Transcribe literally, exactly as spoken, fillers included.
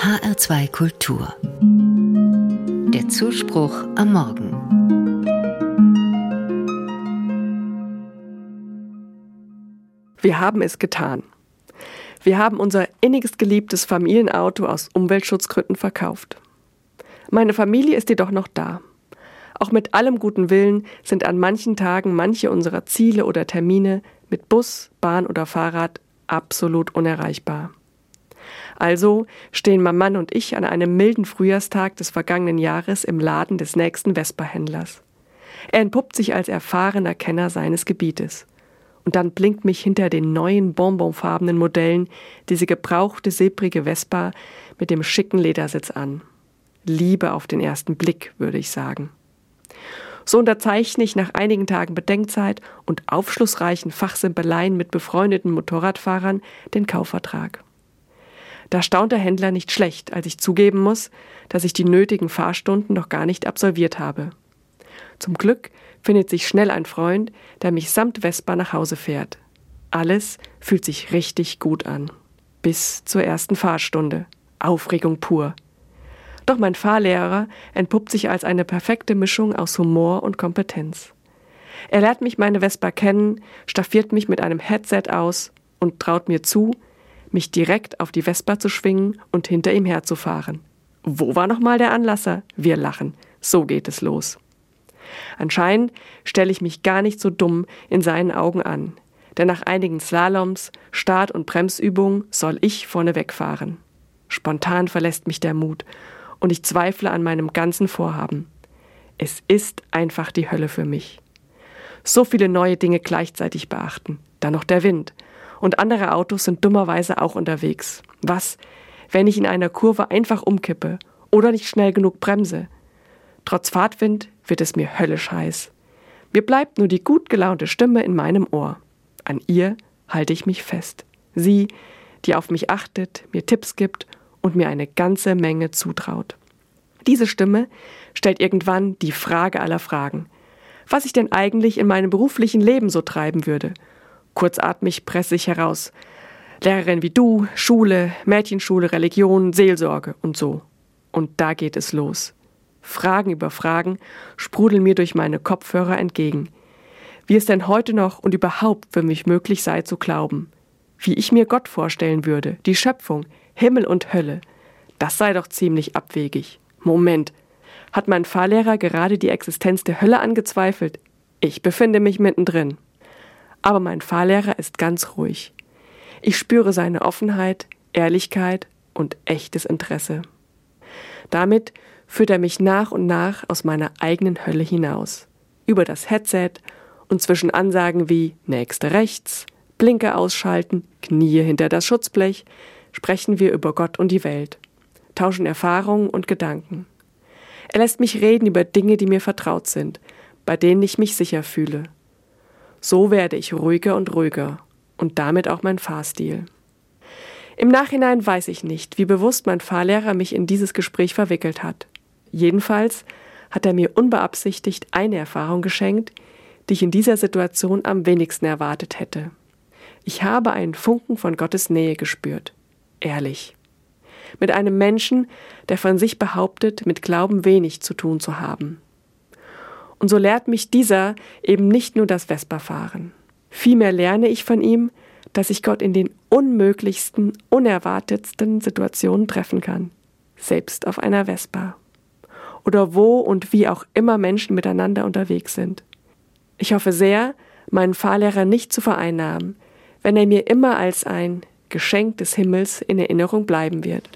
H R zwei Kultur. Der Zuspruch am Morgen. Wir haben es getan. Wir haben unser inniges geliebtes Familienauto aus Umweltschutzgründen verkauft. Meine Familie ist jedoch noch da. Auch mit allem guten Willen sind an manchen Tagen manche unserer Ziele oder Termine mit Bus, Bahn oder Fahrrad absolut unerreichbar. Also stehen mein Mann und ich an einem milden Frühjahrstag des vergangenen Jahres im Laden des nächsten Vespa-Händlers. Er entpuppt sich als erfahrener Kenner seines Gebietes. Und dann blinkt mich hinter den neuen bonbonfarbenen Modellen diese gebrauchte, silbrige Vespa mit dem schicken Ledersitz an. Liebe auf den ersten Blick, würde ich sagen. So unterzeichne ich nach einigen Tagen Bedenkzeit und aufschlussreichen Fachsimpeleien mit befreundeten Motorradfahrern den Kaufvertrag. Da staunt der Händler nicht schlecht, als ich zugeben muss, dass ich die nötigen Fahrstunden noch gar nicht absolviert habe. Zum Glück findet sich schnell ein Freund, der mich samt Vespa nach Hause fährt. Alles fühlt sich richtig gut an. Bis zur ersten Fahrstunde. Aufregung pur. Doch mein Fahrlehrer entpuppt sich als eine perfekte Mischung aus Humor und Kompetenz. Er lernt mich meine Vespa kennen, staffiert mich mit einem Headset aus und traut mir zu, mich direkt auf die Vespa zu schwingen und hinter ihm herzufahren. Wo war nochmal der Anlasser? Wir lachen. So geht es los. Anscheinend stelle ich mich gar nicht so dumm in seinen Augen an, denn nach einigen Slaloms, Start- und Bremsübungen soll ich vorne wegfahren. Spontan verlässt mich der Mut und ich zweifle an meinem ganzen Vorhaben. Es ist einfach die Hölle für mich. So viele neue Dinge gleichzeitig beachten, dann noch der Wind. Und andere Autos sind dummerweise auch unterwegs. Was, wenn ich in einer Kurve einfach umkippe oder nicht schnell genug bremse? Trotz Fahrtwind wird es mir höllisch heiß. Mir bleibt nur die gut gelaunte Stimme in meinem Ohr. An ihr halte ich mich fest. Sie, die auf mich achtet, mir Tipps gibt und mir eine ganze Menge zutraut. Diese Stimme stellt irgendwann die Frage aller Fragen. Was ich denn eigentlich in meinem beruflichen Leben so treiben würde? Kurzatmig presse ich heraus. Lehrerin wie du, Schule, Mädchenschule, Religion, Seelsorge und so. Und da geht es los. Fragen über Fragen sprudeln mir durch meine Kopfhörer entgegen. Wie es denn heute noch und überhaupt für mich möglich sei zu glauben. Wie ich mir Gott vorstellen würde, die Schöpfung, Himmel und Hölle. Das sei doch ziemlich abwegig. Moment, hat mein Fahrlehrer gerade die Existenz der Hölle angezweifelt? Ich befinde mich mittendrin. Aber mein Fahrlehrer ist ganz ruhig. Ich spüre seine Offenheit, Ehrlichkeit und echtes Interesse. Damit führt er mich nach und nach aus meiner eigenen Hölle hinaus. Über das Headset und zwischen Ansagen wie nächste rechts, Blinker ausschalten, Knie hinter das Schutzblech, sprechen wir über Gott und die Welt, tauschen Erfahrungen und Gedanken. Er lässt mich reden über Dinge, die mir vertraut sind, bei denen ich mich sicher fühle. So werde ich ruhiger und ruhiger und damit auch mein Fahrstil. Im Nachhinein weiß ich nicht, wie bewusst mein Fahrlehrer mich in dieses Gespräch verwickelt hat. Jedenfalls hat er mir unbeabsichtigt eine Erfahrung geschenkt, die ich in dieser Situation am wenigsten erwartet hätte. Ich habe einen Funken von Gottes Nähe gespürt. Ehrlich. Mit einem Menschen, der von sich behauptet, mit Glauben wenig zu tun zu haben. Und so lehrt mich dieser eben nicht nur das Vespa-Fahren. Vielmehr lerne ich von ihm, dass ich Gott in den unmöglichsten, unerwartetsten Situationen treffen kann. Selbst auf einer Vespa. Oder wo und wie auch immer Menschen miteinander unterwegs sind. Ich hoffe sehr, meinen Fahrlehrer nicht zu vereinnahmen, wenn er mir immer als ein Geschenk des Himmels in Erinnerung bleiben wird.